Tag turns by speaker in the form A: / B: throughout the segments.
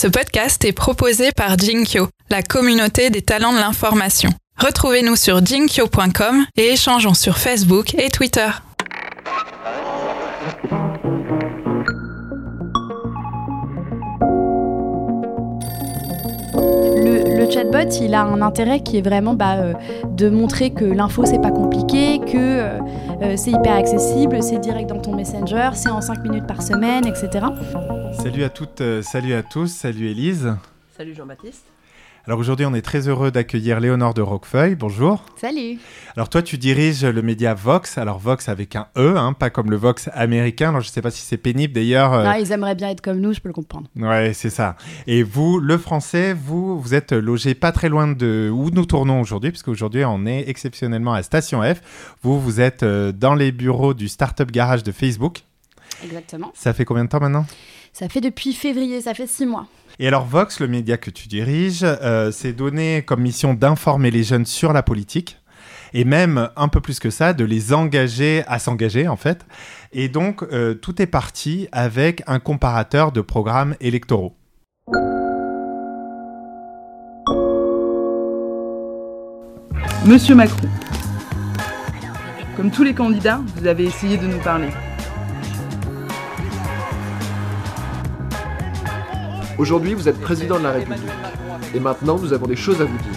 A: Ce podcast est proposé par Jinkyo, la communauté des talents de l'information. Retrouvez-nous sur jinkyo.com et échangeons sur Facebook et Twitter.
B: Le chatbot, il a un intérêt qui est vraiment de montrer que l'info, c'est pas compliqué, que c'est hyper accessible, c'est direct dans ton Messenger, c'est en 5 minutes par semaine, etc.
C: Salut à toutes, salut à tous, salut Élise.
D: Salut Jean-Baptiste.
C: Alors aujourd'hui, on est très heureux d'accueillir Léonore de Roquefeuille. Bonjour.
B: Salut.
C: Alors toi, tu diriges le média Vox. Alors Vox avec un E, pas comme le Vox américain. Alors je ne sais pas si c'est pénible d'ailleurs.
B: Non, ils aimeraient bien être comme nous, je peux le comprendre.
C: Ouais, c'est ça. Et vous, le français, vous êtes logé pas très loin de où nous tournons aujourd'hui, puisque aujourd'hui, on est exceptionnellement à Station F. Vous êtes dans les bureaux du Startup Garage de Facebook.
B: Exactement.
C: Ça fait combien de temps maintenant ?
B: Ça fait depuis février, ça fait 6 mois.
C: Et alors Vox, le média que tu diriges, s'est donné comme mission d'informer les jeunes sur la politique et même un peu plus que ça, de les engager à s'engager en fait. Et donc tout est parti avec un comparateur de programmes électoraux.
D: Monsieur Macron, comme tous les candidats, vous avez essayé de nous parler.
E: Aujourd'hui, vous êtes président de la République. Et maintenant, nous avons des choses à vous dire.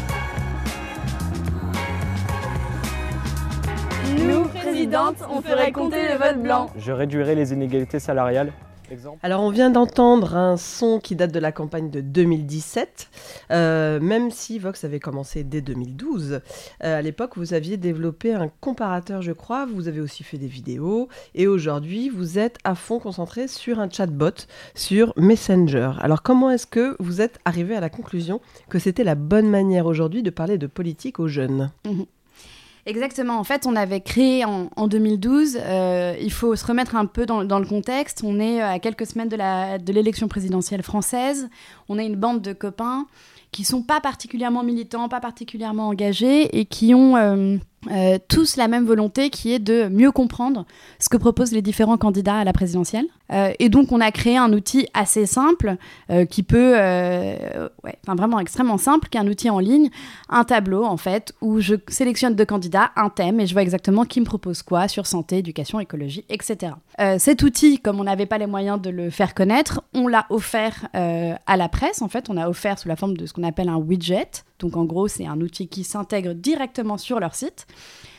F: Nous, présidente, on ferait compter le vote blanc.
G: Je réduirai les inégalités salariales. Exemple.
D: Alors on vient d'entendre un son qui date de la campagne de 2017, même si Vox avait commencé dès 2012. À l'époque, vous aviez développé un comparateur, je crois, vous avez aussi fait des vidéos, et aujourd'hui, vous êtes à fond concentré sur un chatbot, sur Messenger. Alors comment est-ce que vous êtes arrivé à la conclusion que c'était la bonne manière aujourd'hui de parler de politique aux jeunes ?
B: Exactement. En fait, on avait créé en 2012. Il faut se remettre un peu dans le contexte. On est à quelques semaines de l'élection présidentielle française. On a une bande de copains qui ne sont pas particulièrement militants, pas particulièrement engagés et qui ont tous la même volonté qui est de mieux comprendre ce que proposent les différents candidats à la présidentielle. Et donc, on a créé un outil assez simple qui peut... vraiment extrêmement simple, qui est un outil en ligne, un tableau, en fait, où je sélectionne 2 candidats, un thème, et je vois exactement qui me propose quoi sur santé, éducation, écologie, etc. Cet outil, comme on n'avait pas les moyens de le faire connaître, on l'a offert à la presse. En fait, on a offert sous la forme de ce qu'on appelle un widget. Donc, en gros, c'est un outil qui s'intègre directement sur leur site.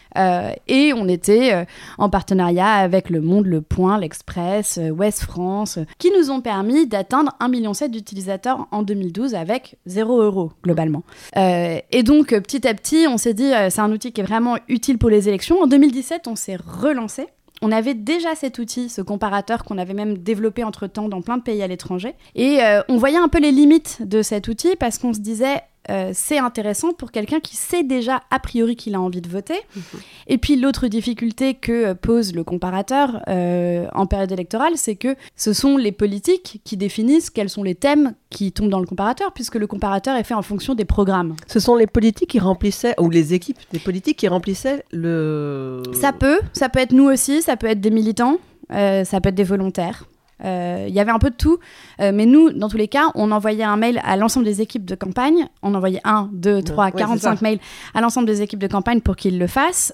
B: Et on était en partenariat avec Le Monde, Le Point, L'Express, Ouest France, qui nous ont permis d'atteindre 1,7 million d'utilisateurs en 2012 avec 0 € globalement. Et donc, petit à petit, on s'est dit, c'est un outil qui est vraiment utile pour les élections. En 2017, on s'est relancé. On avait déjà cet outil, ce comparateur qu'on avait même développé entre-temps dans plein de pays à l'étranger. Et on voyait un peu les limites de cet outil parce qu'on se disait... c'est intéressant pour quelqu'un qui sait déjà a priori qu'il a envie de voter. Et puis l'autre difficulté que pose le comparateur en période électorale, c'est que ce sont les politiques qui définissent quels sont les thèmes qui tombent dans le comparateur, puisque le comparateur est fait en fonction des programmes.
D: Ce sont les politiques qui remplissaient, ou les équipes des politiques qui remplissaient le...
B: Ça peut être nous aussi, ça peut être des militants, ça peut être des volontaires. Il y avait un peu de tout, mais nous, dans tous les cas, on envoyait un mail à l'ensemble des équipes de campagne. On envoyait 1, 2, 3, 45 mails à l'ensemble des équipes de campagne pour qu'ils le fassent.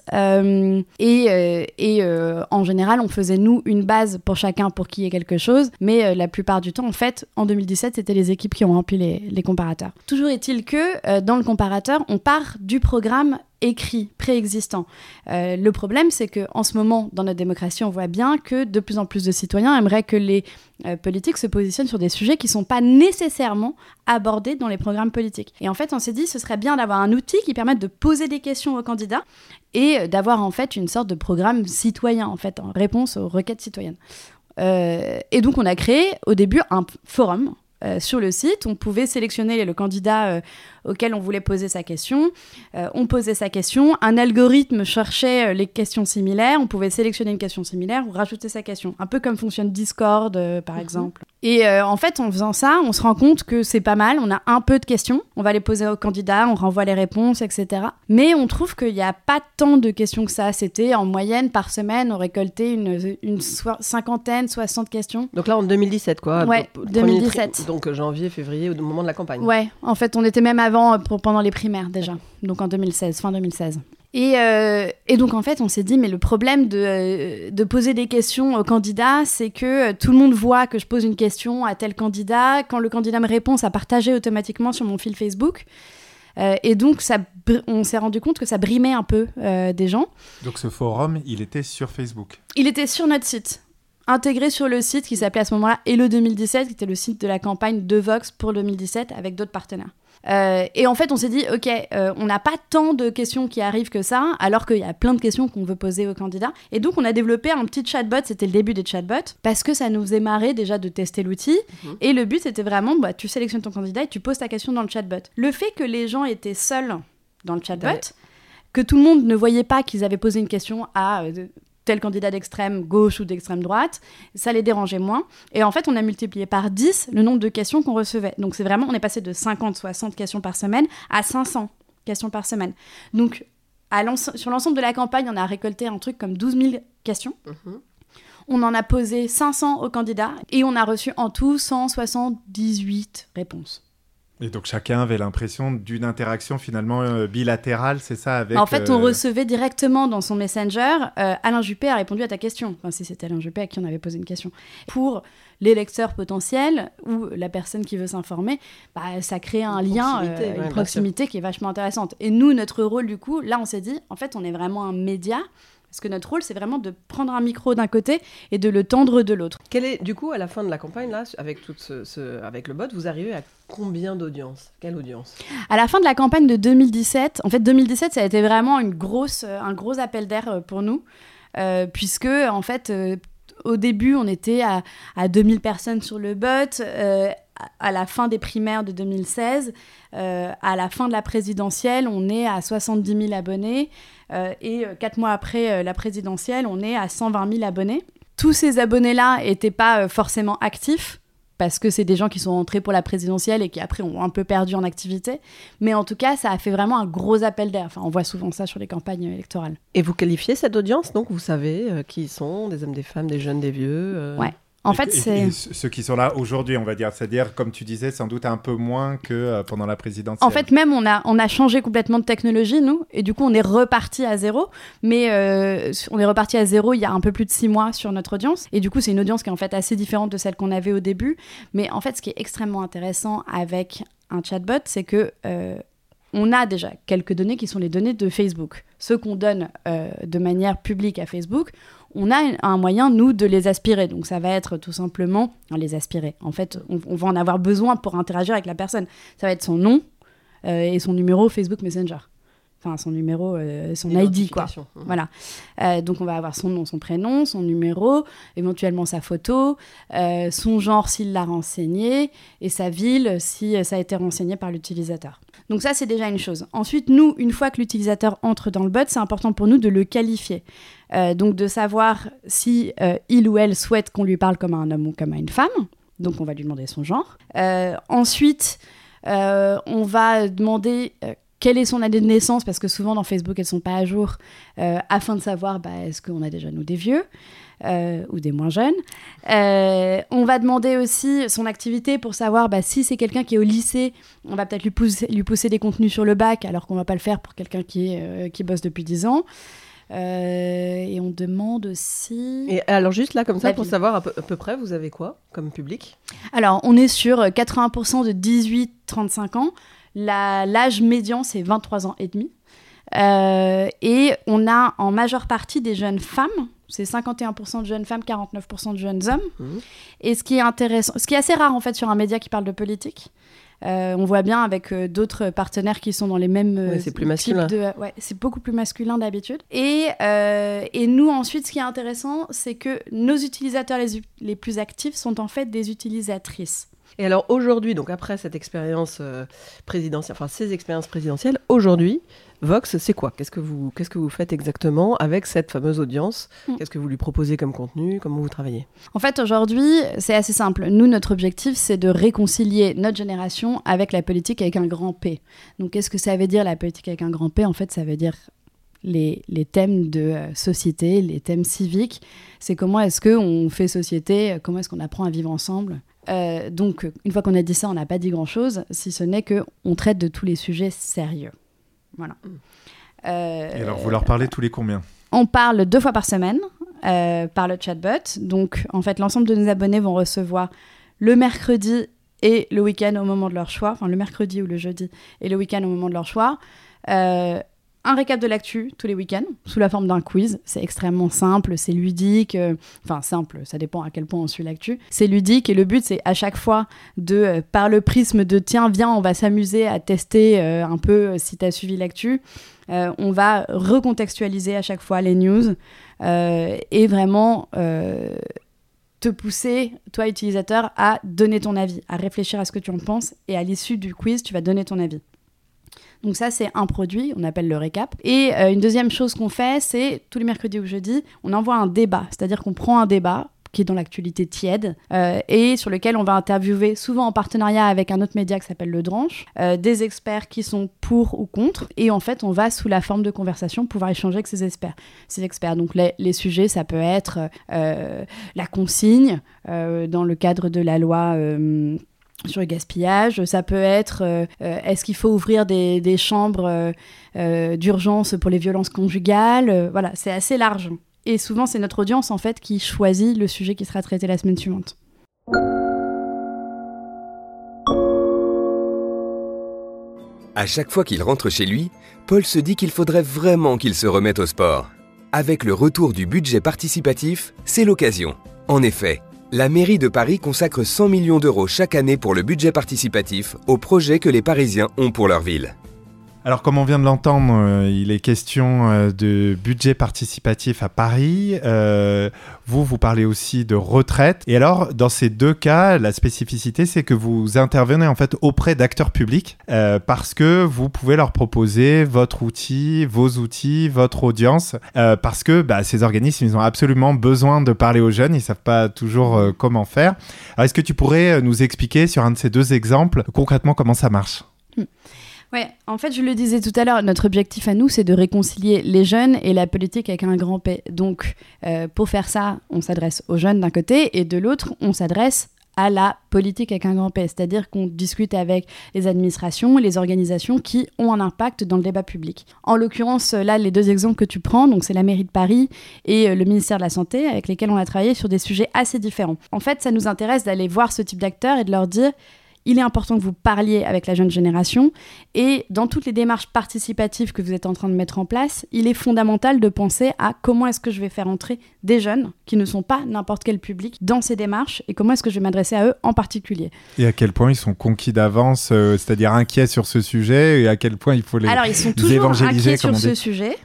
B: Et en général, on faisait, nous, une base pour chacun pour qu'il y ait quelque chose. Mais la plupart du temps, en fait, en 2017, c'était les équipes qui ont rempli les comparateurs. Toujours est-il que, dans le comparateur, on part du programme écrit, préexistant. Le problème, c'est qu'en ce moment, dans notre démocratie, on voit bien que de plus en plus de citoyens aimeraient que les politiques se positionnent sur des sujets qui ne sont pas nécessairement abordés dans les programmes politiques. Et en fait, on s'est dit, ce serait bien d'avoir un outil qui permette de poser des questions aux candidats et d'avoir en fait une sorte de programme citoyen, en fait, en réponse aux requêtes citoyennes. Et donc, on a créé au début un forum sur le site. On pouvait sélectionner le candidat auquel on voulait poser sa question. On posait sa question, un algorithme cherchait les questions similaires, on pouvait sélectionner une question similaire ou rajouter sa question. Un peu comme fonctionne Discord, par exemple. Et en fait, en faisant ça, on se rend compte que c'est pas mal, on a un peu de questions, on va les poser aux candidats, on renvoie les réponses, etc. Mais on trouve qu'il n'y a pas tant de questions que ça. C'était en moyenne par semaine, on récoltait une cinquantaine, 60 questions.
D: Donc là, en 2017, quoi.
B: Ouais, 2017.
D: Donc janvier, février, au moment de la campagne.
B: Ouais, en fait, on était même avant, pendant les primaires déjà. Donc en 2016, fin 2016. Et donc, en fait, on s'est dit, mais le problème de poser des questions aux candidats, c'est que tout le monde voit que je pose une question à tel candidat. Quand le candidat me répond, ça partageait automatiquement sur mon fil Facebook. Et donc, on s'est rendu compte que ça brimait un peu des gens.
C: Donc, ce forum, il était sur Facebook.
B: Il était sur notre site, intégré sur le site qui s'appelait à ce moment-là Hello 2017, qui était le site de la campagne de Vox pour 2017, avec d'autres partenaires. Et en fait, on s'est dit, ok, on n'a pas tant de questions qui arrivent que ça, alors qu'il y a plein de questions qu'on veut poser aux candidats. Et donc, on a développé un petit chatbot, c'était le début des chatbots, parce que ça nous faisait marrer déjà de tester l'outil. Et le but, c'était vraiment, tu sélectionnes ton candidat et tu poses ta question dans le chatbot. Le fait que les gens étaient seuls dans le chatbot, que tout le monde ne voyait pas qu'ils avaient posé une question à tel candidat d'extrême gauche ou d'extrême droite, ça les dérangeait moins. Et en fait, on a multiplié par 10 le nombre de questions qu'on recevait. Donc, c'est vraiment, on est passé de 50-60 questions par semaine à 500 questions par semaine. Donc, sur l'ensemble de la campagne, on a récolté un truc comme 12 000 questions. On en a posé 500 aux candidats et on a reçu en tout 178 réponses.
C: Et donc chacun avait l'impression d'une interaction finalement bilatérale, c'est ça avec...
B: En fait, on recevait directement dans son Messenger Alain Juppé a répondu à ta question. Enfin, si c'était Alain Juppé à qui on avait posé une question. Pour les lecteurs potentiels ou la personne qui veut s'informer, ça crée un lien, une proximité qui est vachement intéressante. Et nous, notre rôle du coup, là on s'est dit, en fait on est vraiment un média. Parce que notre rôle, c'est vraiment de prendre un micro d'un côté et de le tendre de l'autre.
D: Quel est, du coup, à la fin de la campagne, là, avec, avec le bot, vous arrivez à combien d'audience ? Quelle audience ?
B: À la fin de la campagne de 2017, en fait, 2017, ça a été vraiment un gros appel d'air pour nous, puisque, en fait, au début, on était à 2000 personnes sur le bot. À la fin des primaires de 2016, à la fin de la présidentielle, on est à 70 000 abonnés. Et 4 mois après la présidentielle, on est à 120 000 abonnés. Tous ces abonnés-là n'étaient pas forcément actifs, parce que c'est des gens qui sont entrés pour la présidentielle et qui après ont un peu perdu en activité. Mais en tout cas, ça a fait vraiment un gros appel d'air. Enfin, on voit souvent ça sur les campagnes électorales.
D: Et vous qualifiez cette audience, donc vous savez qui ils sont, des hommes, des femmes, des jeunes, des vieux
B: Ouais. En fait, c'est...
C: Et ceux qui sont là aujourd'hui, on va dire, c'est-à-dire, comme tu disais, sans doute un peu moins que pendant la présidentielle.
B: En fait, même, on a changé complètement de technologie, nous, et du coup, on est reparti à zéro. Mais on est reparti à zéro il y a un peu plus de 6 mois sur notre audience. Et du coup, c'est une audience qui est en fait assez différente de celle qu'on avait au début. Mais en fait, ce qui est extrêmement intéressant avec un chatbot, c'est que... on a déjà quelques données qui sont les données de Facebook. Ceux qu'on donne de manière publique à Facebook, on a un moyen, nous, de les aspirer. Donc, ça va être tout simplement... les aspirer. En fait, on va en avoir besoin pour interagir avec la personne. Ça va être son nom et son numéro Facebook Messenger. Enfin, son numéro, son ID, quoi. Voilà. Donc, on va avoir son nom, son prénom, son numéro, éventuellement sa photo, son genre s'il l'a renseigné, et sa ville si ça a été renseigné par l'utilisateur. Donc ça, c'est déjà une chose. Ensuite, nous, une fois que l'utilisateur entre dans le bot, c'est important pour nous de le qualifier. Donc, de savoir si il ou elle souhaite qu'on lui parle comme à un homme ou comme à une femme. Donc, on va lui demander son genre. Ensuite, on va demander... quelle est son année de naissance, parce que souvent dans Facebook, elles ne sont pas à jour, afin de savoir est-ce qu'on a déjà, nous, des vieux ou des moins jeunes. On va demander aussi son activité pour savoir si c'est quelqu'un qui est au lycée, on va peut-être lui pousser des contenus sur le bac, alors qu'on ne va pas le faire pour quelqu'un qui bosse depuis 10 ans. Et on demande aussi...
D: Et alors juste là, comme ça, pour savoir à peu près, vous avez quoi comme public ?
B: Alors, on est sur 80% de 18-35 ans. L'âge médian, c'est 23 ans et demi. Et on a en majeure partie des jeunes femmes. C'est 51% de jeunes femmes, 49% de jeunes hommes. Et ce qui est intéressant, ce qui est assez rare en fait sur un média qui parle de politique. On voit bien avec d'autres partenaires qui sont dans les mêmes
D: c'est plus masculin.
B: C'est beaucoup plus masculin d'habitude. Et nous ensuite, ce qui est intéressant, c'est que nos utilisateurs les plus actifs sont en fait des utilisatrices.
D: Et alors aujourd'hui, donc après cette expérience présidentielle, enfin ces expériences présidentielles, aujourd'hui, Vox, c'est quoi ? Qu'est-ce que vous faites exactement avec cette fameuse audience ? Qu'est-ce que vous lui proposez comme contenu ? Comment vous travaillez ?
B: En fait, aujourd'hui, c'est assez simple. Nous, notre objectif, c'est de réconcilier notre génération avec la politique avec un grand P. Donc, qu'est-ce que ça veut dire, la politique avec un grand P ? En fait, ça veut dire les thèmes de société, les thèmes civiques. C'est comment est-ce qu'on fait société, comment est-ce qu'on apprend à vivre ensemble. Donc, une fois qu'on a dit ça, on n'a pas dit grand-chose, si ce n'est qu'on traite de tous les sujets sérieux. Voilà.
C: Et alors, vous leur parlez tous les combien ?
B: On parle 2 fois par semaine par le chatbot. Donc, en fait, l'ensemble de nos abonnés vont recevoir le mercredi et le week-end au moment de leur choix. Enfin, le mercredi ou le jeudi et le week-end au moment de leur choix. Un récap de l'actu tous les week-ends, sous la forme d'un quiz. C'est extrêmement simple, c'est ludique. Enfin, simple, ça dépend à quel point on suit l'actu. C'est ludique et le but, c'est à chaque fois par le prisme de « tiens, viens, on va s'amuser à tester un peu si tu as suivi l'actu ». On va recontextualiser à chaque fois les news et vraiment te pousser, toi, utilisateur, à donner ton avis, à réfléchir à ce que tu en penses et à l'issue du quiz, tu vas donner ton avis. Donc ça, c'est un produit, on appelle le récap. Et une deuxième chose qu'on fait, c'est tous les mercredis ou jeudis, on envoie un débat. C'est-à-dire qu'on prend un débat qui est dans l'actualité tiède et sur lequel on va interviewer, souvent en partenariat avec un autre média qui s'appelle Le Dranche, des experts qui sont pour ou contre. Et en fait, on va, sous la forme de conversation, pouvoir échanger avec ces experts. Donc les sujets, ça peut être la consigne dans le cadre de la loi... sur le gaspillage, ça peut être est-ce qu'il faut ouvrir des chambres d'urgence pour les violences conjugales, voilà, c'est assez large. Et souvent, c'est notre audience en fait qui choisit le sujet qui sera traité la semaine suivante.
H: À chaque fois qu'il rentre chez lui, Paul se dit qu'il faudrait vraiment qu'il se remette au sport. Avec le retour du budget participatif, c'est l'occasion. En effet, la mairie de Paris consacre 100 millions d'euros chaque année pour le budget participatif aux projets que les Parisiens ont pour leur ville.
C: Alors, comme on vient de l'entendre, il est question de budget participatif à Paris. Vous parlez aussi de retraite. Et alors, dans ces 2 cas, la spécificité, c'est que vous intervenez en fait auprès d'acteurs publics parce que vous pouvez leur proposer votre outil, vos outils, votre audience. Parce que ces organismes, ils ont absolument besoin de parler aux jeunes. Ils ne savent pas toujours comment faire. Alors, est-ce que tu pourrais nous expliquer sur un de ces 2 exemples concrètement comment ça marche ?
B: Ouais, en fait, je le disais tout à l'heure, notre objectif à nous, c'est de réconcilier les jeunes et la politique avec un grand P. Donc, pour faire ça, on s'adresse aux jeunes d'un côté et de l'autre, on s'adresse à la politique avec un grand P. C'est-à-dire qu'on discute avec les administrations et les organisations qui ont un impact dans le débat public. En l'occurrence, là, les 2 exemples que tu prends, donc c'est la mairie de Paris et le ministère de la Santé, avec lesquels on a travaillé sur des sujets assez différents. En fait, ça nous intéresse d'aller voir ce type d'acteurs et de leur dire... Il est important que vous parliez avec la jeune génération et dans toutes les démarches participatives que vous êtes en train de mettre en place, il est fondamental de penser à comment est-ce que je vais faire entrer des jeunes qui ne sont pas n'importe quel public dans ces démarches et comment est-ce que je vais m'adresser à eux en particulier.
C: Et à quel point ils sont conquis d'avance, c'est-à-dire inquiets sur ce sujet et à quel point il faut les évangéliser.
B: Alors ils sont toujours inquiets sur ce sujet.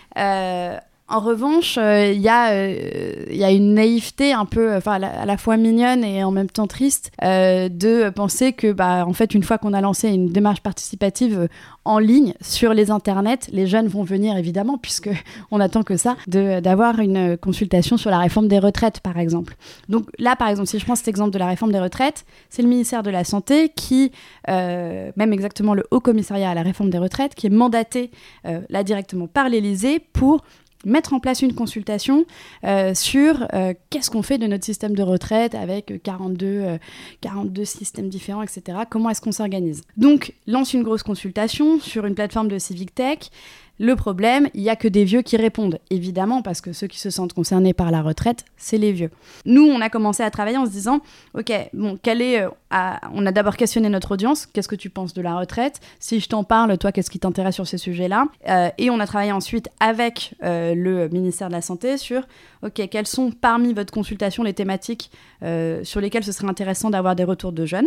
B: En revanche, il y a une naïveté un peu, à la fois mignonne et en même temps triste, de penser que, en fait, une fois qu'on a lancé une démarche participative en ligne sur les internets, les jeunes vont venir évidemment, puisque on attend que ça, d'avoir une consultation sur la réforme des retraites, par exemple. Donc là, par exemple, si je prends cet exemple de la réforme des retraites, c'est le ministère de la Santé qui, même exactement le Haut Commissariat à la réforme des retraites, qui est mandaté là directement par l'Élysée pour mettre en place une consultation sur qu'est-ce qu'on fait de notre système de retraite avec 42 systèmes différents, etc. Comment est-ce qu'on s'organise ? Donc, lance une grosse consultation sur une plateforme de Civic Tech. Le problème, il n'y a que des vieux qui répondent, évidemment, parce que ceux qui se sentent concernés par la retraite, c'est les vieux. Nous, on a commencé à travailler en se disant, ok, bon, on a d'abord questionné notre audience, qu'est-ce que tu penses de la retraite ? Si je t'en parle, toi, qu'est-ce qui t'intéresse sur ces sujets-là ? Et on a travaillé ensuite avec le ministère de la Santé sur, ok, quelles sont parmi votre consultation les thématiques sur lesquelles ce serait intéressant d'avoir des retours de jeunes ?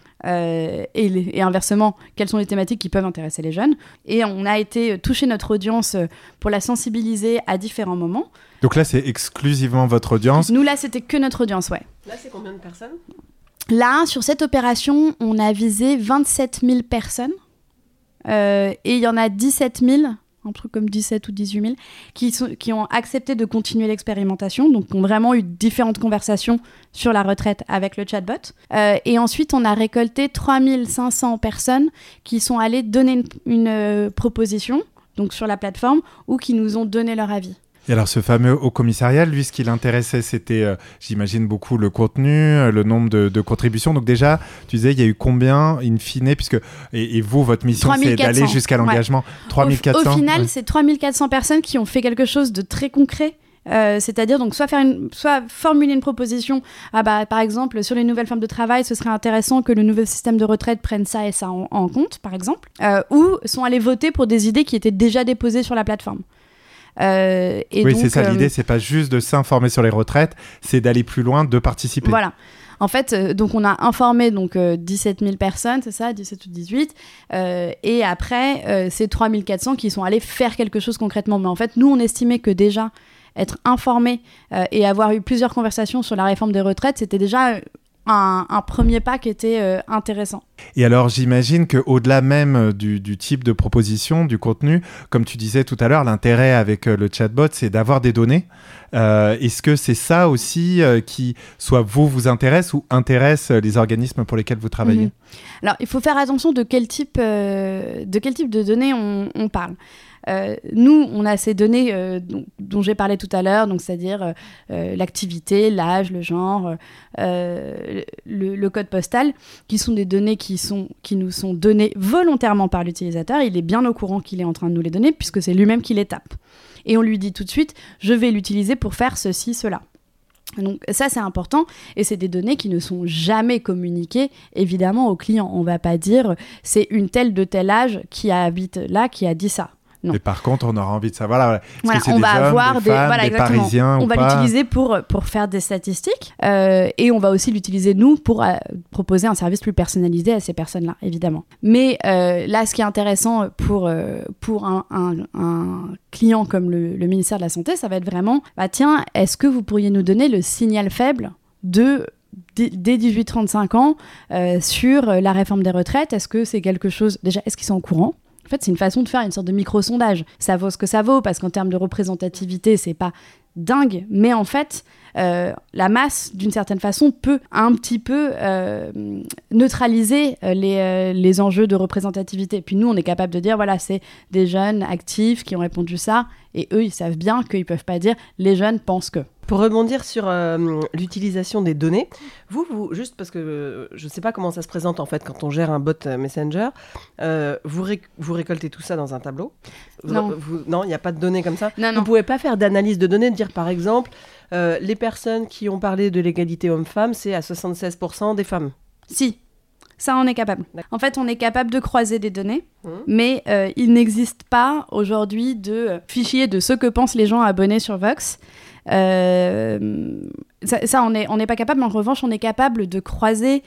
B: Et inversement, quelles sont les thématiques qui peuvent intéresser les jeunes. Et on a été toucher notre audience pour la sensibiliser à différents moments.
C: Donc là, c'est exclusivement votre audience ?
B: Nous, là, c'était que notre audience, ouais.
D: Là, c'est combien de personnes ?
B: Là, sur cette opération, on a visé 27 000 personnes et il y en a 17 000, un truc comme 17 ou 18 000, qui ont accepté de continuer l'expérimentation, donc qui ont vraiment eu différentes conversations sur la retraite avec le chatbot. Et ensuite, on a récolté 3 500 personnes qui sont allées donner une proposition, donc sur la plateforme, ou qui nous ont donné leur avis.
C: Et alors, ce fameux haut commissariat, lui, ce qui l'intéressait, c'était, j'imagine, beaucoup le contenu, le nombre de contributions. Donc déjà, tu disais, il y a eu combien, in fine, puisque, et vous, votre mission, c'est d'aller jusqu'à l'engagement. 3400.
B: Au final, c'est 3400 personnes qui ont fait quelque chose de très concret. C'est-à-dire donc soit formuler une proposition, par exemple sur les nouvelles formes de travail, ce serait intéressant que le nouveau système de retraite prenne ça et ça en compte, par exemple, ou sont allés voter pour des idées qui étaient déjà déposées sur la plateforme.
C: Oui, donc, c'est ça l'idée, c'est pas juste de s'informer sur les retraites, c'est d'aller plus loin, de participer.
B: Voilà. En fait, donc on a informé 17 000 personnes, c'est ça, 17 ou 18, et après, c'est 3 400 qui sont allés faire quelque chose concrètement. Mais en fait, nous, on estimait que déjà, être informé et avoir eu plusieurs conversations sur la réforme des retraites, c'était déjà un premier pas qui était intéressant.
C: Et alors, j'imagine qu'au-delà même du type de proposition, du contenu, comme tu disais tout à l'heure, l'intérêt avec le chatbot, c'est d'avoir des données. Est-ce que c'est ça aussi qui, soit vous intéresse ou intéresse les organismes pour lesquels vous travaillez ?
B: Alors, il faut faire attention de quel type de données on parle. Nous, on a ces données dont j'ai parlé tout à l'heure, donc c'est-à-dire l'activité, l'âge, le genre, le code postal, qui sont des données qui nous sont données volontairement par l'utilisateur. Il est bien au courant qu'il est en train de nous les donner, puisque c'est lui-même qui les tape. Et on lui dit tout de suite, je vais l'utiliser pour faire ceci, cela. Donc ça, c'est important, et c'est des données qui ne sont jamais communiquées, évidemment, aux clients. On ne va pas dire, c'est une telle de tel âge qui habite là, qui a dit ça. Non.
C: Mais par contre, on aura envie de savoir.
B: Voilà,
C: que c'est
B: on
C: des
B: va
C: hommes,
B: avoir
C: des femmes, des Parisiens
B: on
C: ou
B: va
C: pas.
B: l'utiliser pour faire des statistiques et on va aussi l'utiliser, nous, pour proposer un service plus personnalisé à ces personnes-là, évidemment. Mais là, ce qui est intéressant pour un client comme le ministère de la Santé, ça va être vraiment, tiens, est-ce que vous pourriez nous donner le signal faible dès 18-35 ans sur la réforme des retraites? Est-ce que c'est quelque chose... Déjà, est-ce qu'ils sont au courant? En fait, c'est une façon de faire une sorte de micro-sondage. Ça vaut ce que ça vaut, parce qu'en termes de représentativité, c'est pas dingue. Mais en fait, la masse, d'une certaine façon, peut un petit peu neutraliser les enjeux de représentativité. Puis nous, on est capable de dire, voilà, c'est des jeunes actifs qui ont répondu ça, et eux, ils savent bien qu'ils peuvent pas dire, les jeunes pensent que...
D: Pour rebondir sur l'utilisation des données, vous, juste parce que je ne sais pas comment ça se présente en fait quand on gère un bot Messenger, vous récoltez tout ça dans un tableau?
B: Non,
D: il n'y a pas de données comme ça?
B: Non.
D: Vous ne pouvez pas faire d'analyse de données, de dire par exemple, les personnes qui ont parlé de l'égalité homme-femme, c'est à 76% des femmes?
B: Si. Ça, on est capable. En fait, on est capable de croiser des données, mais il n'existe pas aujourd'hui de fichier de ce que pensent les gens abonnés sur Vox. Ça, on n'est pas capable, mais en revanche, on est capable de croiser.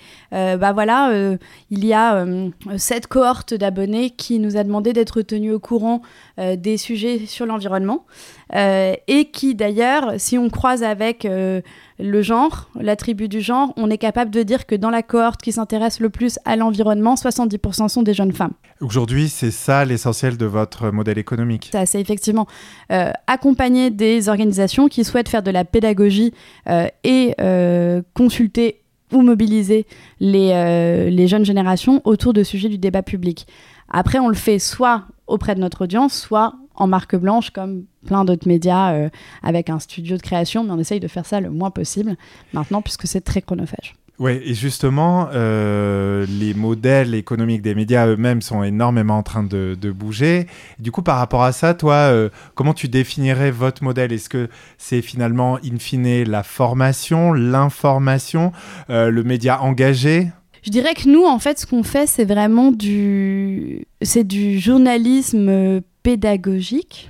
B: Il y a cette cohorte d'abonnés qui nous a demandé d'être tenus au courant des sujets sur l'environnement et qui, d'ailleurs, si on croise avec le genre, l'attribut du genre, on est capable de dire que dans la cohorte qui s'intéresse le plus à l'environnement, 70% sont des jeunes femmes. Aujourd'hui, c'est ça l'essentiel de votre modèle économique. C'est effectivement accompagner des organisations qui souhaitent faire de la pédagogie et consulter ou mobiliser les jeunes générations autour de sujets du débat public. Après, on le fait soit auprès de notre audience, soit en marque blanche, comme plein d'autres médias, avec un studio de création, mais on essaye de faire ça le moins possible maintenant, puisque c'est très chronophage. Oui, et justement, les modèles économiques des médias eux-mêmes sont énormément en train de bouger. Du coup, par rapport à ça, toi, comment tu définirais votre modèle? Est-ce que c'est finalement, in fine, la formation, l'information, le média engagé? Je dirais que nous, en fait, ce qu'on fait, c'est vraiment du journalisme pédagogique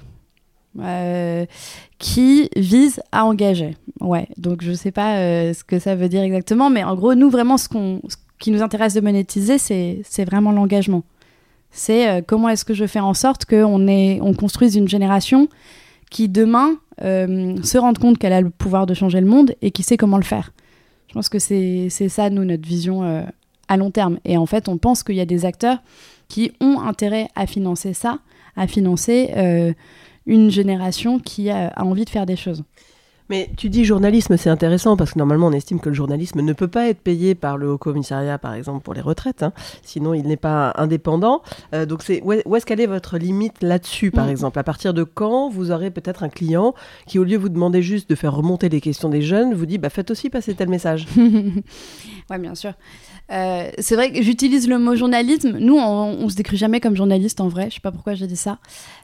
B: qui vise à engager. Ouais, donc je ne sais pas ce que ça veut dire exactement, mais en gros, nous, vraiment, ce qui nous intéresse de monétiser, c'est vraiment l'engagement. C'est comment est-ce que je fais en sorte qu'on construise une génération qui, demain, se rende compte qu'elle a le pouvoir de changer le monde et qui sait comment le faire. Je pense que c'est ça, nous, notre vision à long terme. Et en fait, on pense qu'il y a des acteurs qui ont intérêt à financer ça, à financer une génération qui a envie de faire des choses.
D: Mais tu dis journalisme, c'est intéressant parce que normalement on estime que le journalisme ne peut pas être payé par le Haut-Commissariat, par exemple, pour les retraites, hein, sinon il n'est pas indépendant. Donc où est-ce qu'elle est votre limite là-dessus, par exemple ? À partir de quand vous aurez peut-être un client qui, au lieu de vous demander juste de faire remonter les questions des jeunes, vous dit faites aussi passer tel message ?
B: Oui, bien sûr. C'est vrai que j'utilise le mot journalisme. Nous, on se décrit jamais comme journaliste en vrai. Je sais pas pourquoi j'ai dit ça.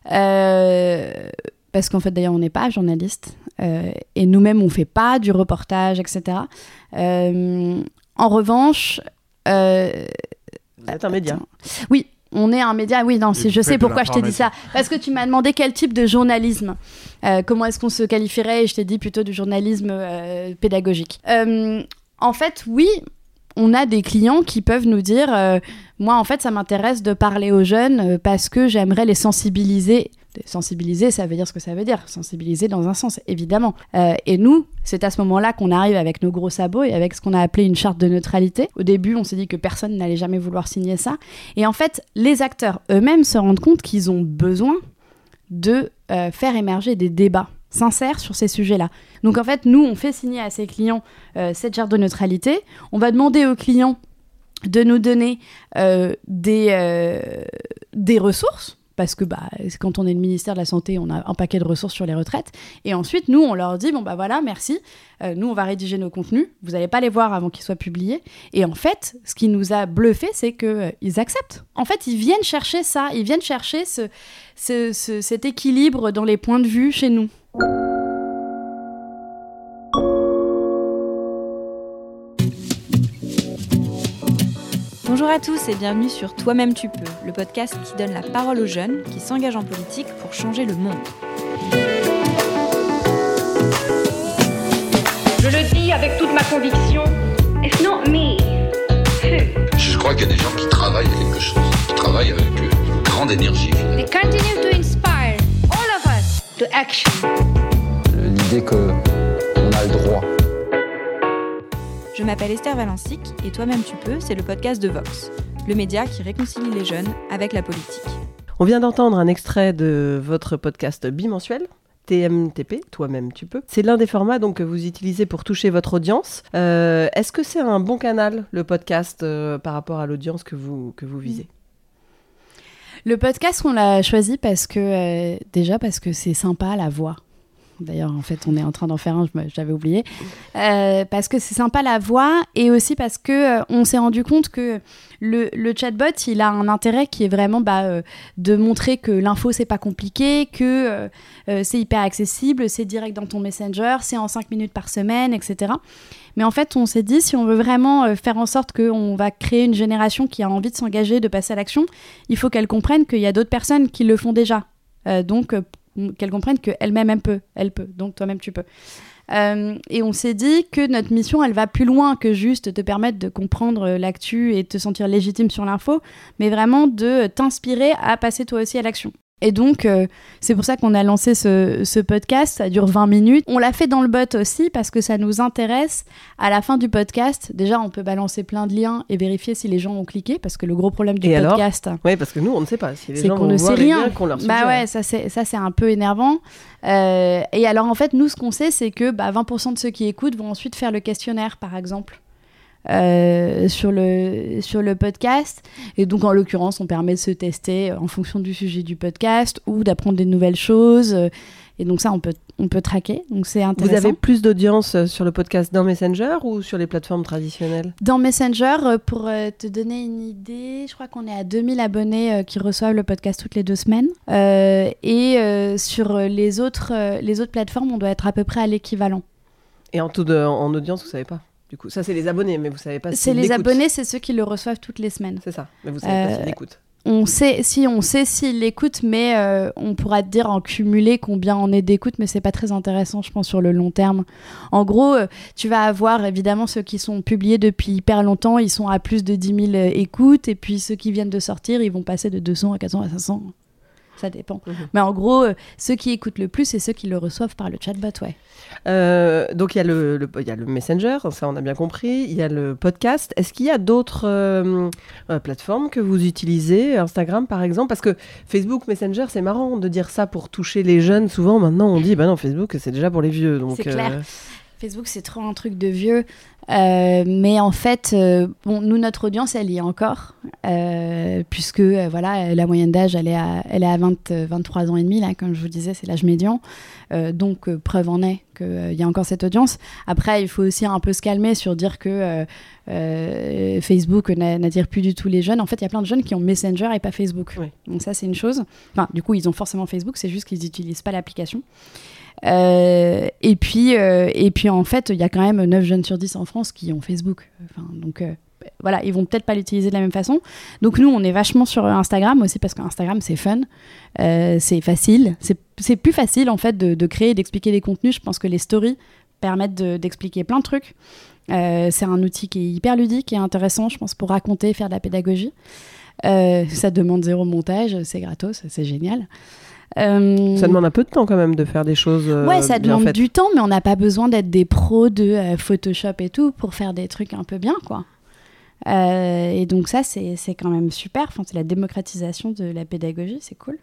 B: Parce qu'en fait, d'ailleurs, on n'est pas journaliste. Et nous-mêmes, on fait pas du reportage, etc. En revanche...
D: Vous êtes un média.
B: Oui, on est un média. Oui, non, je sais pourquoi je t'ai dit ça. Parce que tu m'as demandé quel type de journalisme. Comment est-ce qu'on se qualifierait ? Et je t'ai dit plutôt du journalisme pédagogique. En fait, oui... On a des clients qui peuvent nous dire moi, en fait, ça m'intéresse de parler aux jeunes parce que j'aimerais les sensibiliser. Sensibiliser, ça veut dire ce que ça veut dire. Sensibiliser dans un sens, évidemment. Et nous, c'est à ce moment-là qu'on arrive avec nos gros sabots et avec ce qu'on a appelé une charte de neutralité. Au début, on s'est dit que personne n'allait jamais vouloir signer ça. Et en fait, les acteurs eux-mêmes se rendent compte qu'ils ont besoin de faire émerger des débats sincères sur ces sujets-là. Donc en fait, nous, on fait signer à ces clients cette charte de neutralité. On va demander aux clients de nous donner des ressources, parce que quand on est le ministère de la Santé, on a un paquet de ressources sur les retraites. Et ensuite, nous, on leur dit, voilà, merci. Nous, on va rédiger nos contenus. Vous n'allez pas les voir avant qu'ils soient publiés. Et en fait, ce qui nous a bluffé, c'est qu'ils acceptent. En fait, ils viennent chercher ça. Ils viennent chercher cet équilibre dans les points de vue chez nous.
I: Bonjour à tous et bienvenue sur Toi-même tu peux, le podcast qui donne la parole aux jeunes qui s'engagent en politique pour changer le monde.
J: Je le dis avec toute ma conviction, it's not me.
K: Je crois qu'il y a des gens qui travaillent à quelque chose, qui travaillent avec une grande énergie.
J: They continue to inspire all of us to action.
L: L'idée qu'on a le droit.
I: Je m'appelle Esther Valancic et Toi-même tu peux, c'est le podcast de Vox, le média qui réconcilie les jeunes avec la politique.
D: On vient d'entendre un extrait de votre podcast bimensuel, TMTP, Toi-même tu peux. C'est l'un des formats donc, que vous utilisez pour toucher votre audience. Est-ce que c'est un bon canal, le podcast, par rapport à l'audience que vous visez ?
B: Le podcast, on l'a choisi parce que c'est sympa la voix. D'ailleurs, en fait, on est en train d'en faire un, j'avais oublié. Parce que c'est sympa la voix et aussi parce qu'on s'est rendu compte que le chatbot, il a un intérêt qui est vraiment de montrer que l'info, c'est pas compliqué, que c'est hyper accessible, c'est direct dans ton Messenger, c'est en 5 minutes par semaine, etc. Mais en fait, on s'est dit, si on veut vraiment faire en sorte qu'on va créer une génération qui a envie de s'engager, de passer à l'action, il faut qu'elle comprenne qu'il y a d'autres personnes qui le font déjà. Donc, qu'elle comprenne qu'elle-même, elle peut. Donc, toi-même, tu peux. Et on s'est dit que notre mission, elle va plus loin que juste te permettre de comprendre l'actu et de te sentir légitime sur l'info, mais vraiment de t'inspirer à passer toi aussi à l'action. Et donc, c'est pour ça qu'on a lancé ce podcast, ça dure 20 minutes. On l'a fait dans le bot aussi parce que ça nous intéresse. À la fin du podcast, déjà, on peut balancer plein de liens et vérifier si les gens ont cliqué, parce que le gros problème du podcast...
D: Oui, parce que nous, on ne sait pas si les
B: gens
D: vont voir les liens qu'on leur suggère.
B: Ouais, ça c'est un peu énervant. Et alors, en fait, nous, ce qu'on sait, c'est que 20% de ceux qui écoutent vont ensuite faire le questionnaire, par exemple. Sur le podcast, et donc en l'occurrence on permet de se tester en fonction du sujet du podcast ou d'apprendre des nouvelles choses, et donc ça on peut traquer, donc c'est intéressant.
D: Vous avez plus d'audience sur le podcast dans Messenger ou sur les plateformes traditionnelles ?
B: Dans Messenger, pour te donner une idée, je crois qu'on est à 2000 abonnés qui reçoivent le podcast toutes les 2 semaines, et sur les autres plateformes on doit être à peu près à l'équivalent.
D: Et en audience, vous savez pas ? Du coup, ça, c'est les abonnés, mais vous savez pas
B: s'ils l'écoutent. C'est les abonnés, c'est ceux qui le reçoivent toutes les semaines.
D: C'est ça, mais vous savez pas s'ils l'écoutent.
B: On sait s'ils l'écoutent, mais on pourra te dire en cumulé combien on est d'écoute, mais c'est pas très intéressant, je pense, sur le long terme. En gros, tu vas avoir évidemment ceux qui sont publiés depuis hyper longtemps, ils sont à plus de 10 000 écoutes, et puis ceux qui viennent de sortir, ils vont passer de 200 à 400 à 500. ça dépend. Mais en gros, ceux qui écoutent le plus, c'est ceux qui le reçoivent par le chatbot, ouais.
D: Donc il y a le Messenger, ça on a bien compris, il y a le podcast. Est-ce qu'il y a d'autres plateformes que vous utilisez, Instagram par exemple? Parce que Facebook, Messenger, c'est marrant de dire ça pour toucher les jeunes. Souvent maintenant on dit, bah non, Facebook c'est déjà pour les vieux. Donc,
B: c'est clair. Facebook, c'est trop un truc de vieux. Mais en fait, nous, notre audience, elle y est encore. Puisque, voilà, la moyenne d'âge, elle est à 23 ans et demi, là, comme je vous disais, c'est l'âge médian. Donc, preuve en est qu'il y a encore cette audience. Après, il faut aussi un peu se calmer sur dire que Facebook n'attire plus du tout les jeunes. En fait, il y a plein de jeunes qui ont Messenger et pas Facebook. Oui. Donc ça, c'est une chose. Enfin, du coup, ils ont forcément Facebook, c'est juste qu'ils n'utilisent pas l'application. Et puis en fait il y a quand même 9 jeunes sur 10 en France qui ont Facebook, donc voilà, ils vont peut-être pas l'utiliser de la même façon. Donc nous on est vachement sur Instagram aussi parce qu'Instagram c'est fun, c'est facile, c'est plus facile en fait de créer et d'expliquer des contenus. Je pense que les stories permettent d'expliquer plein de trucs. C'est un outil qui est hyper ludique et intéressant, je pense, pour raconter, faire de la pédagogie. Ça demande 0 montage, c'est gratos, c'est génial.
D: Ça demande un peu de temps quand même de faire des choses
B: ouais, ça demande du temps, mais on n'a pas besoin d'être des pros de Photoshop et tout pour faire des trucs un peu bien, quoi. Et donc ça, c'est quand même super. Enfin, c'est la démocratisation de la pédagogie, c'est cool.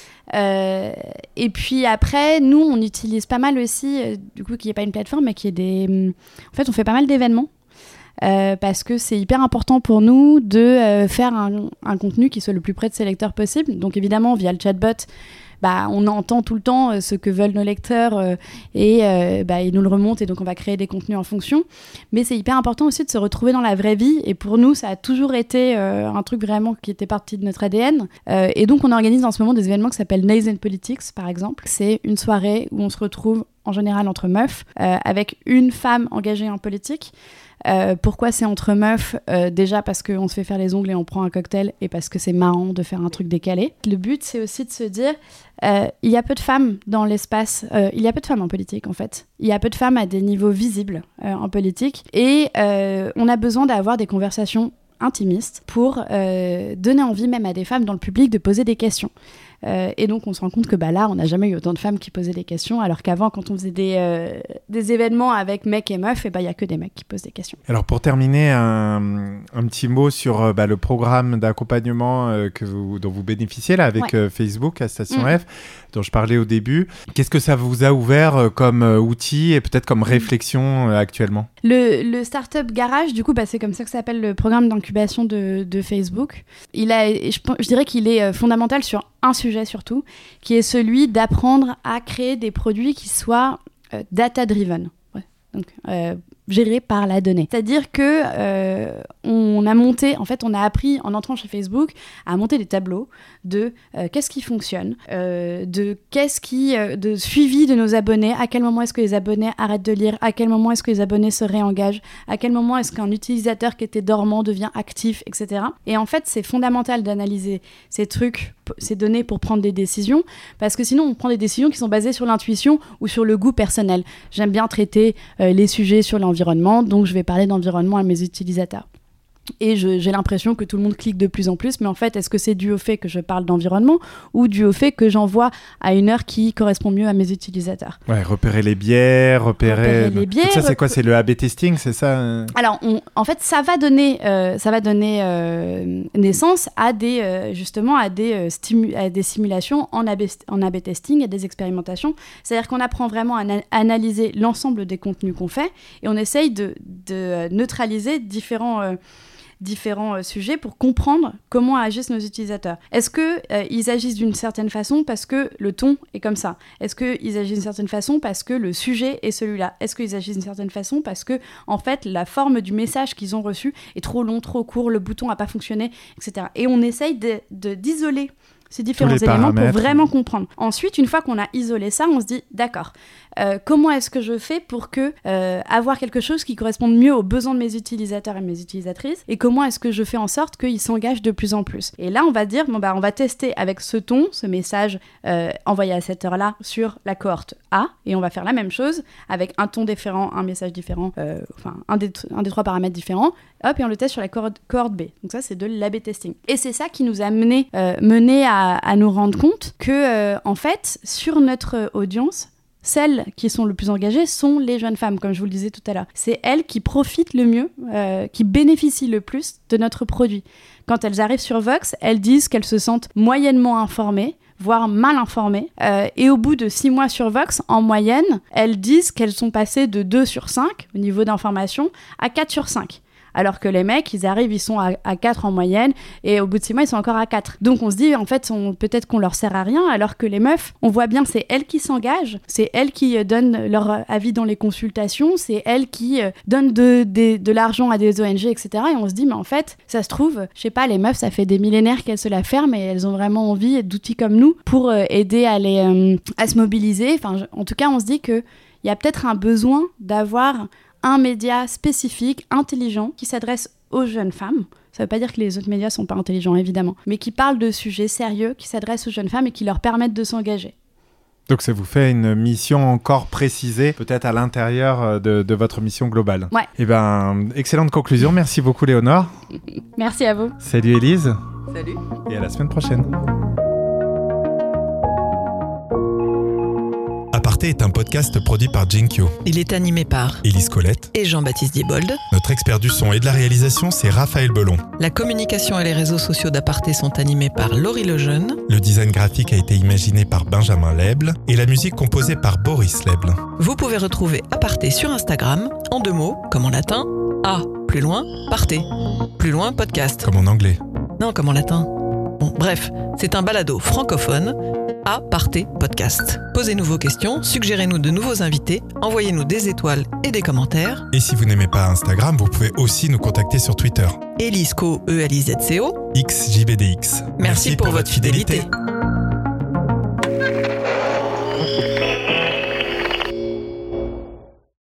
B: Et puis après, nous, on utilise pas mal aussi, du coup, qui n'est pas une plateforme, mais qui est des... En fait, on fait pas mal d'événements. Parce que c'est hyper important pour nous de faire un contenu qui soit le plus près de ses lecteurs possible. Donc évidemment, via le chatbot, on entend tout le temps ce que veulent nos lecteurs et ils nous le remontent et donc on va créer des contenus en fonction. Mais c'est hyper important aussi de se retrouver dans la vraie vie et pour nous, ça a toujours été un truc vraiment qui était partie de notre ADN. Et donc on organise en ce moment des événements qui s'appellent Nays and Politics, par exemple. C'est une soirée où on se retrouve en général entre meufs avec une femme engagée en politique. Pourquoi c'est entre meufs? Déjà parce qu'on se fait faire les ongles et on prend un cocktail et parce que c'est marrant de faire un truc décalé. Le but, c'est aussi de se dire il y a peu de femmes dans l'espace, il y a peu de femmes en politique en fait. Il y a peu de femmes à des niveaux visibles en politique et on a besoin d'avoir des conversations intimistes pour donner envie même à des femmes dans le public de poser des questions. Et donc on se rend compte que là on n'a jamais eu autant de femmes qui posaient des questions, alors qu'avant quand on faisait des événements avec mecs et meufs, il n'y a que des mecs qui posent des questions.
C: Alors pour terminer, un petit mot sur le programme d'accompagnement dont vous bénéficiez là avec Facebook à Station F, dont je parlais au début. Qu'est-ce que ça vous a ouvert comme outil et peut-être comme réflexion actuellement?
B: Le Startup Garage, du coup, c'est comme ça que s'appelle le programme d'incubation de Facebook. Je dirais qu'il est fondamental sur un sujet surtout, qui est celui d'apprendre à créer des produits qui soient data-driven. Ouais. Donc, gérés par la donnée. C'est-à-dire que on a appris en entrant chez Facebook à monter des tableaux de qu'est-ce qui fonctionne, de suivi de nos abonnés, à quel moment est-ce que les abonnés arrêtent de lire, à quel moment est-ce que les abonnés se réengagent, à quel moment est-ce qu'un utilisateur qui était dormant devient actif, etc. Et en fait, c'est fondamental d'analyser ces trucs, ces données pour prendre des décisions, parce que sinon on prend des décisions qui sont basées sur l'intuition ou sur le goût personnel. J'aime bien traiter les sujets sur l'environnement, donc je vais parler d'environnement à mes utilisateurs. Et j'ai l'impression que tout le monde clique de plus en plus, mais en fait, est-ce que c'est dû au fait que je parle d'environnement ou dû au fait que j'envoie à une heure qui correspond mieux à mes utilisateurs?
C: Ouais, repérer les biais, repérer les biais. Tout ça, c'est quoi? C'est le A/B testing, c'est ça? Alors,
B: en fait, ça va donner naissance à des simulations en A/B testing et des expérimentations. C'est-à-dire qu'on apprend vraiment à analyser l'ensemble des contenus qu'on fait et on essaye de neutraliser différents sujets pour comprendre comment agissent nos utilisateurs. Est-ce qu'ils agissent d'une certaine façon parce que le ton est comme ça? Est-ce qu'ils agissent d'une certaine façon parce que le sujet est celui-là? Est-ce qu'ils agissent d'une certaine façon parce que, en fait, la forme du message qu'ils ont reçu est trop long, trop court, le bouton n'a pas fonctionné, etc. Et on essaye d'isoler ces différents éléments pour vraiment comprendre. Ensuite, une fois qu'on a isolé ça, on se dit, d'accord, comment est-ce que je fais pour avoir quelque chose qui corresponde mieux aux besoins de mes utilisateurs et mes utilisatrices, et comment est-ce que je fais en sorte qu'ils s'engagent de plus en plus. Et là, on va dire, on va tester avec ce ton, ce message envoyé à cette heure-là sur la cohorte A, et on va faire la même chose avec un ton différent, un message différent, un des 3 paramètres différents, hop, et on le teste sur la cohorte B. Donc ça, c'est de l'A/B testing. Et c'est ça qui nous a mené à nous rendre compte que, en fait, sur notre audience, celles qui sont le plus engagées sont les jeunes femmes, comme je vous le disais tout à l'heure. C'est elles qui profitent le mieux, qui bénéficient le plus de notre produit. Quand elles arrivent sur Vox, elles disent qu'elles se sentent moyennement informées, voire mal informées. Et au bout de 6 mois sur Vox, en moyenne, elles disent qu'elles sont passées de 2 sur 5 au niveau d'information à 4 sur 5. Alors que les mecs, ils arrivent, ils sont à 4 en moyenne, et au bout de 6 mois, ils sont encore à 4. Donc on se dit, en fait, peut-être qu'on leur sert à rien, alors que les meufs, on voit bien, c'est elles qui s'engagent, c'est elles qui donnent leur avis dans les consultations, c'est elles qui donnent de l'argent à des ONG, etc. Et on se dit, mais en fait, ça se trouve, je sais pas, les meufs, ça fait des millénaires qu'elles se la ferment, et elles ont vraiment envie d'outils comme nous pour aider à se mobiliser. Enfin, en tout cas, on se dit qu'il y a peut-être un besoin d'avoir un média spécifique, intelligent, qui s'adresse aux jeunes femmes. Ça ne veut pas dire que les autres médias ne sont pas intelligents, évidemment, mais qui parlent de sujets sérieux, qui s'adressent aux jeunes femmes et qui leur permettent de s'engager.
C: Donc ça vous fait une mission encore précisée, peut-être à l'intérieur de votre mission globale.
B: Ouais.
C: Eh ben, excellente conclusion. Merci beaucoup, Léonore.
B: Merci à vous.
C: Salut, Élise.
D: Salut.
C: Et à la semaine prochaine.
M: Aparté est un podcast produit par Jinkyo.
N: Il est animé par
M: Élise Colette
N: et Jean-Baptiste Diebold.
M: Notre expert du son et de la réalisation, c'est Raphaël Belon.
N: La communication et les réseaux sociaux d'Aparté sont animés par Laurie Lejeune.
M: Le design graphique a été imaginé par Benjamin Leble et la musique composée par Boris Leble.
N: Vous pouvez retrouver Aparté sur Instagram, en 2 mots, comme en latin, A, plus loin, Parté. Plus loin, podcast.
M: Comme en anglais.
N: Non, comme en latin. Bon, bref, c'est un balado francophone, Aparté podcast. Posez-nous vos questions, suggérez-nous de nouveaux invités, envoyez-nous des étoiles et des commentaires.
M: Et si vous n'aimez pas Instagram, vous pouvez aussi nous contacter sur Twitter.
N: Elisco, ELIZCO.
M: XJVDX.
N: Merci pour votre fidélité.